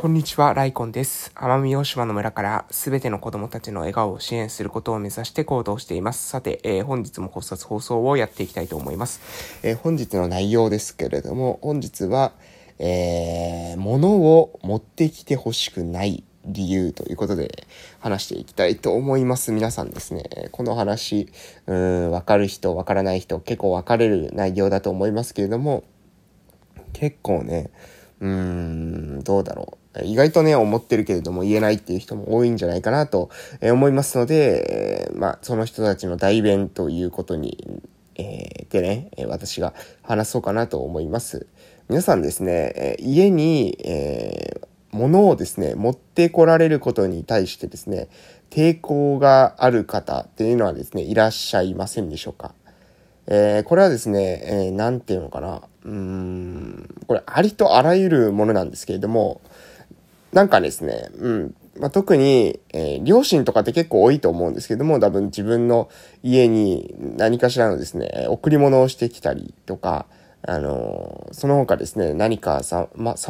こんにちは、ライコンです。奄美大島の村からすべての子供たちの笑顔を支援することを目指して行動しています。さて、本日も考察放送をやっていきたいと思います。本日の内容ですけれども、本日は、物を持ってきてほしくない理由ということで話していきたいと思います。皆さんですね、この話、わかる人、わからない人、結構分かれる内容だと思いますけれども、結構ね、どうだろう。意外とね、思ってるけれども言えないっていう人も多いんじゃないかなと思いますので、その人たちの代弁ということに、でね、私が話そうかなと思います。皆さんですね、家に、物をですね、持ってこられることに対してですね、抵抗がある方っていうのはですね、いらっしゃいませんでしょうか。これはですね、なんていうのかな。これありとあらゆるものなんですけれども、なんかですね、特に、両親とかって結構多いと思うんですけども、多分自分の家に何かしらのですね、贈り物をしてきたりとか、その他ですね、何か様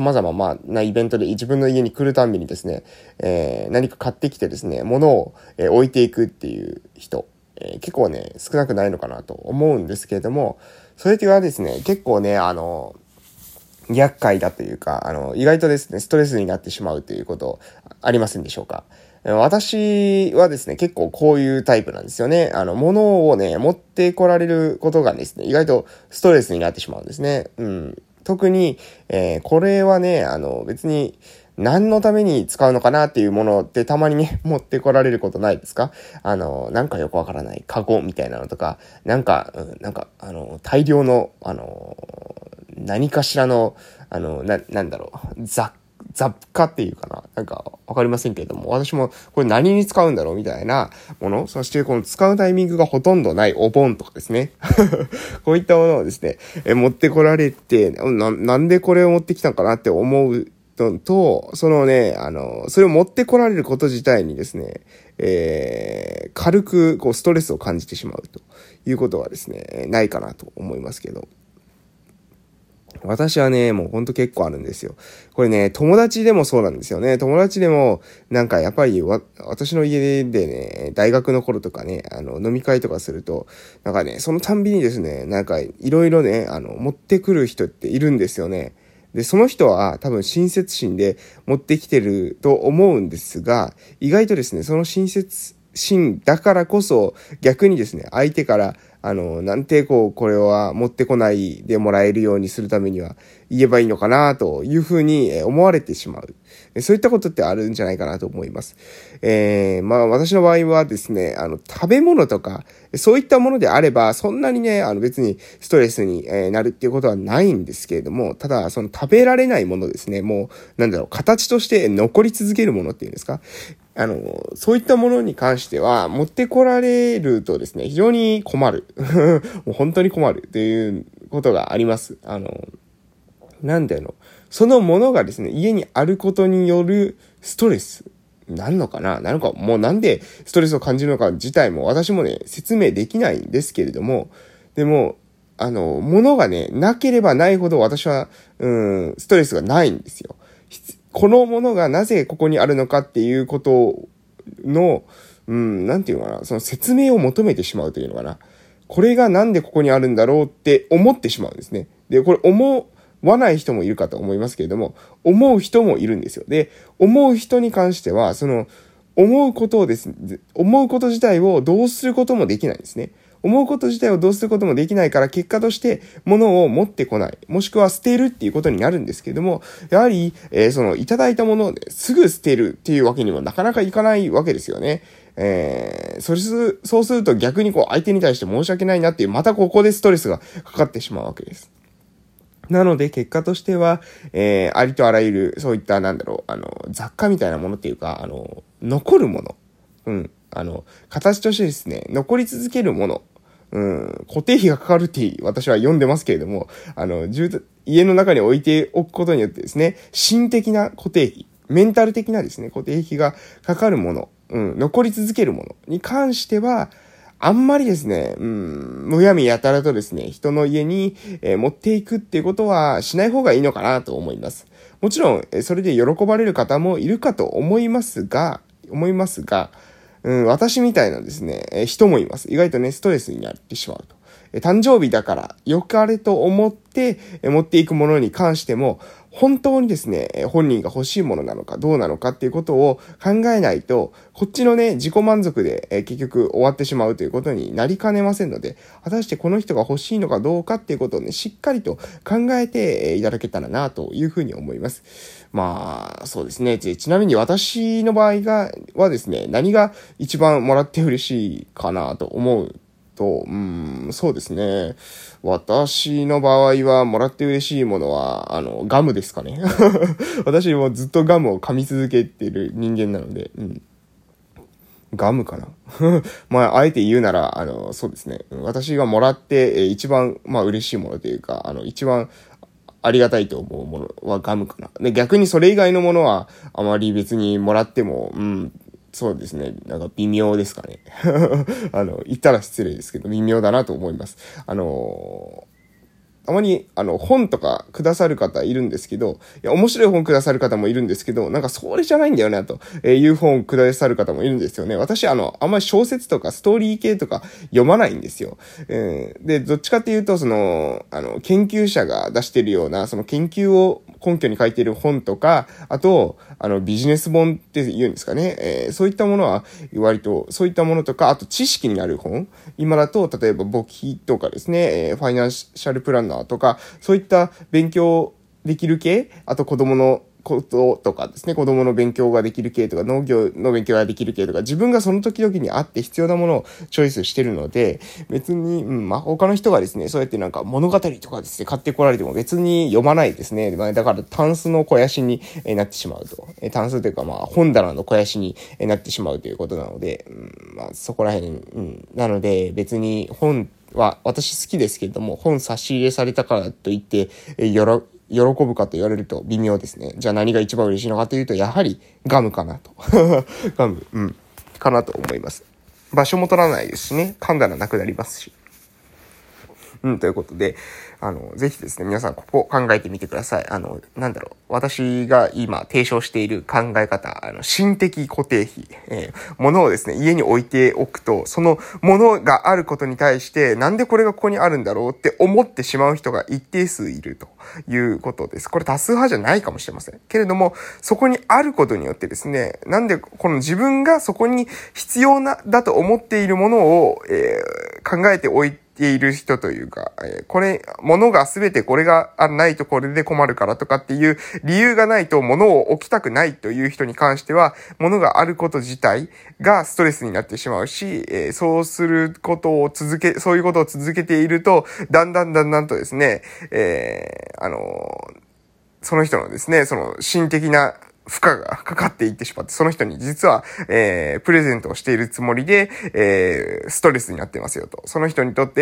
々なイベントで自分の家に来るたんびにですね、何か買ってきてですね、物を、置いていくっていう人、結構ね、少なくないのかなと思うんですけれども、それはですね、結構ね、厄介だというか、意外とですね、ストレスになってしまうということありませんでしょうか。私はですね、結構こういうタイプなんですよね。物をね、持ってこられることがですね、意外とストレスになってしまうんですね。特に、これはね、別に、何のために使うのかなっていうものってたまにね、持ってこられることないですか？なんかよくわからないカゴみたいなのとか、大量の、何かしらの、なんだろう、雑貨っていうかな。なんかわかりませんけれども、私もこれ何に使うんだろうみたいなもの、そしてこの使うタイミングがほとんどないお盆とかですね。こういったものをですね、持ってこられて、なんでこれを持ってきたのかなって思うのと、そのね、それを持ってこられること自体にですね、軽くこうストレスを感じてしまうということはですね、ないかなと思いますけど。私はね、もうほんと結構あるんですよ。これね、友達でもそうなんですよね。友達でも、なんかやっぱり私の家でね、大学の頃とかね、飲み会とかすると、なんかね、そのたんびにですね、なんかいろいろね、持ってくる人っているんですよね。で、その人は多分親切心で持ってきてると思うんですが、意外とですね、その親切心だからこそ逆にですね、相手からなんてこれは持ってこないでもらえるようにするためには言えばいいのかなというふうに思われてしまう。そういったことってあるんじゃないかなと思います。私の場合はですね、食べ物とか、そういったものであれば、そんなにね、別にストレスになるっていうことはないんですけれども、ただ、その食べられないものですね、もう、形として残り続けるものっていうんですか、そういったものに関しては、持ってこられるとですね、非常に困る。もう本当に困るということがあります。そのものがですね、家にあることによるストレスなんのかなもうなんでストレスを感じるのか自体も私もね、説明できないんですけれども、でも、ものがね、なければないほど私は、ストレスがないんですよ。このものがなぜここにあるのかっていうことの、なんていうのかな、その説明を求めてしまうというのかな。これがなんでここにあるんだろうって思ってしまうんですね。で、これ思わない人もいるかと思いますけれども、思う人もいるんですよ。で、思う人に関しては、思うこと自体をどうすることもできないんですね。思うこと自体をどうすることもできないから、結果として物を持ってこない。もしくは捨てるっていうことになるんですけれども、やはり、いただいたものを、すぐ捨てるっていうわけにもなかなかいかないわけですよね。そうすると逆に相手に対して申し訳ないなっていう、またここでストレスがかかってしまうわけです。なので、結果としては、ありとあらゆる、そういった、雑貨みたいなものっていうか、残るもの。形としてですね、残り続けるもの。固定費がかかるって私は呼んでますけれども、家の中に置いておくことによってですね、心的な固定費、メンタル的なですね、固定費がかかるもの、残り続けるものに関しては、あんまりですね、むやみやたらとですね、人の家に、持っていくっていうことはしない方がいいのかなと思います。 もちろん、それで喜ばれる方もいるかと思いますが、私みたいなですね、人もいます。意外とね、ストレスになってしまうと。誕生日だから良かれと思って持っていくものに関しても、本当にですね、本人が欲しいものなのかどうなのかっていうことを考えないと、こっちのね、自己満足で結局終わってしまうということになりかねませんので、果たしてこの人が欲しいのかどうかっていうことをね、しっかりと考えていただけたらなというふうに思います。まあ、そうですね。ちなみに私の場合はですね、何が一番もらって嬉しいかなと思うと、そうですね。私の場合はもらって嬉しいものは、ガムですかね。私もずっとガムを噛み続けている人間なので、ガムかな。まあ、あえて言うなら、そうですね。私がもらって、一番、嬉しいものというか、一番ありがたいと思うものはガムかな。で、逆にそれ以外のものは、あまり別にもらっても、そうですね。なんか微妙ですかね。言ったら失礼ですけど、微妙だなと思います。たまに、本とかくださる方いるんですけど、いや、面白い本くださる方もいるんですけど、なんかそれじゃないんだよな、という本くださる方もいるんですよね。私、あんまり小説とかストーリー系とか読まないんですよ。で、どっちかっていうと、研究者が出してるような、その研究を根拠に書いている本とか、あと、ビジネス本って言うんですかね。そういったものは、割と、そういったものとか、あと知識になる本。今だと、例えば簿記とかですね、ファイナンシャルプランナーとか、そういった勉強できる系、あと子供のこととかですね、子供の勉強ができる系とか、農業の勉強ができる系とか、自分がその時々にあって必要なものをチョイスしてるので、別に、他の人がですね、そうやってなんか物語とかですね、買ってこられても別に読まないですね。だからタンスの肥やしになってしまうと。タンスというか本棚の肥やしになってしまうということなので、そこら辺、なので別に本は私好きですけれども、本差し入れされたからといって、喜ぶかと言われると微妙ですね。じゃあ何が一番嬉しいのかというと、やはりガムかなと。ガム、かなと思います。場所も取らないですしね。噛んだらなくなりますし。ということで、ぜひですね、皆さんここ考えてみてください。私が今提唱している考え方、心的固定費、物をですね、家に置いておくと、その物があることに対して、なんでこれがここにあるんだろうって思ってしまう人が一定数いるということです。これ多数派じゃないかもしれません。けれども、そこにあることによってですね、なんでこの自分がそこに必要だと思っているものを、考えておいて、いる人というか、物がすべてこれがないとこれで困るからとかっていう理由がないと物を置きたくないという人に関しては、物があること自体がストレスになってしまうし、そういうことを続けていると、だんだんとですね、その人のですね、その心的な負荷がかかっていってしまって、その人に実は、プレゼントをしているつもりで、ストレスになってますよと。その人にとって、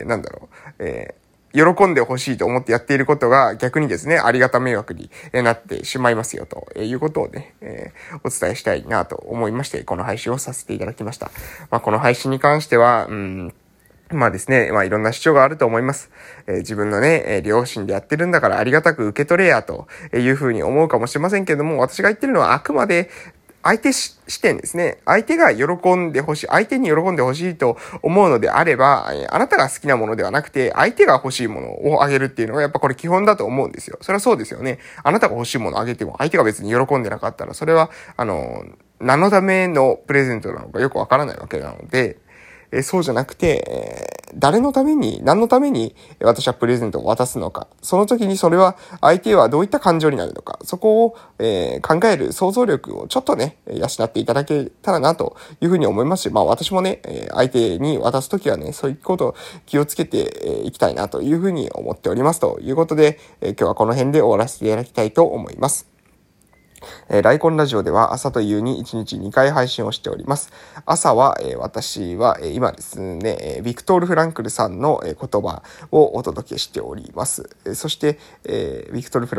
喜んでほしいと思ってやっていることが逆にですね、ありがた迷惑になってしまいますよということをね、お伝えしたいなと思いまして、この配信をさせていただきました。この配信に関しては、ですね、いろんな主張があると思います。自分のね、両親でやってるんだからありがたく受け取れやというふうに思うかもしれませんけれども、私が言ってるのはあくまで相手視点ですね。相手に喜んでほしいと思うのであれば、あなたが好きなものではなくて、相手が欲しいものをあげるっていうのがやっぱこれ基本だと思うんですよ。それはそうですよね。あなたが欲しいものをあげても、相手が別に喜んでなかったら、それは、何のためのプレゼントなのかよくわからないわけなので、そうじゃなくて、何のために私はプレゼントを渡すのか。その時にそれは相手はどういった感情になるのか。そこを、考える想像力をちょっとね、養っていただけたらなというふうに思いますし、私もね、相手に渡す時はね、そういうことを気をつけていきたいなというふうに思っておりますということで、今日はこの辺で終わらせていただきたいと思います。ライコンラジオでは朝と夕に1日2回配信をしております。朝は、私は、今ですね、ビクトール・フランクルさんの言葉をお届けしております。そして、ビクトール・フ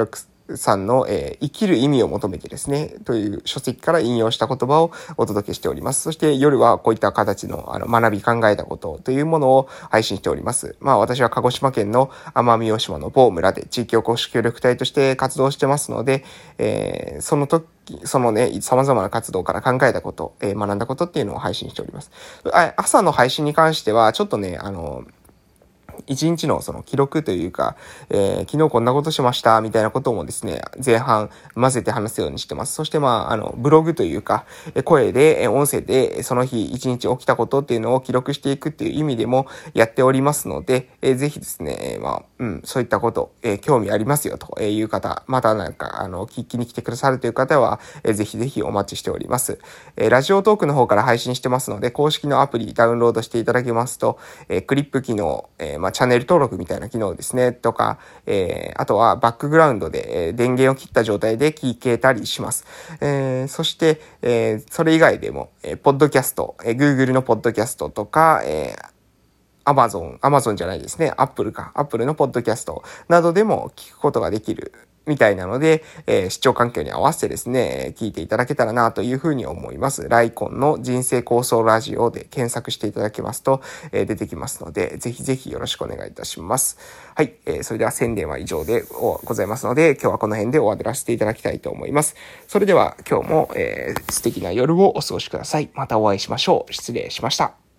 さんの、生きる意味を求めてですね、という書籍から引用した言葉をお届けしております。そして夜はこういった形の、学び考えたことというものを配信しております。私は鹿児島県の奄美大島の某村で地域おこし協力隊として活動してますので、その様々な活動から考えたこと、学んだことっていうのを配信しております。朝の配信に関しては、ちょっとね、一日のその記録というか、昨日こんなことしましたみたいなこともですね、前半混ぜて話すようにしてます。そしてブログというか、声で、音声でその日一日起きたことっていうのを記録していくっていう意味でもやっておりますので、ぜひですね、そういったこと、興味ありますよという方、また聞きに来てくださるという方は、ぜひぜひお待ちしております。ラジオトークの方から配信してますので、公式のアプリダウンロードしていただけますと、クリップ機能、チャンネル登録みたいな機能ですね、とか、あとはバックグラウンドで、電源を切った状態で聞けたりします。そして、それ以外でも、ポッドキャスト、Google のポッドキャストとか、Amazon じゃないですね、Apple のポッドキャストなどでも聞くことができるみたいなので、視聴環境に合わせてですね、聞いていただけたらなというふうに思います。ライコンの人生構想ラジオで検索していただけますと、出てきますので、ぜひぜひよろしくお願いいたします。はい、それでは宣伝は以上でございますので、今日はこの辺で終わらせていただきたいと思います。それでは今日も、素敵な夜をお過ごしください。またお会いしましょう。失礼しました。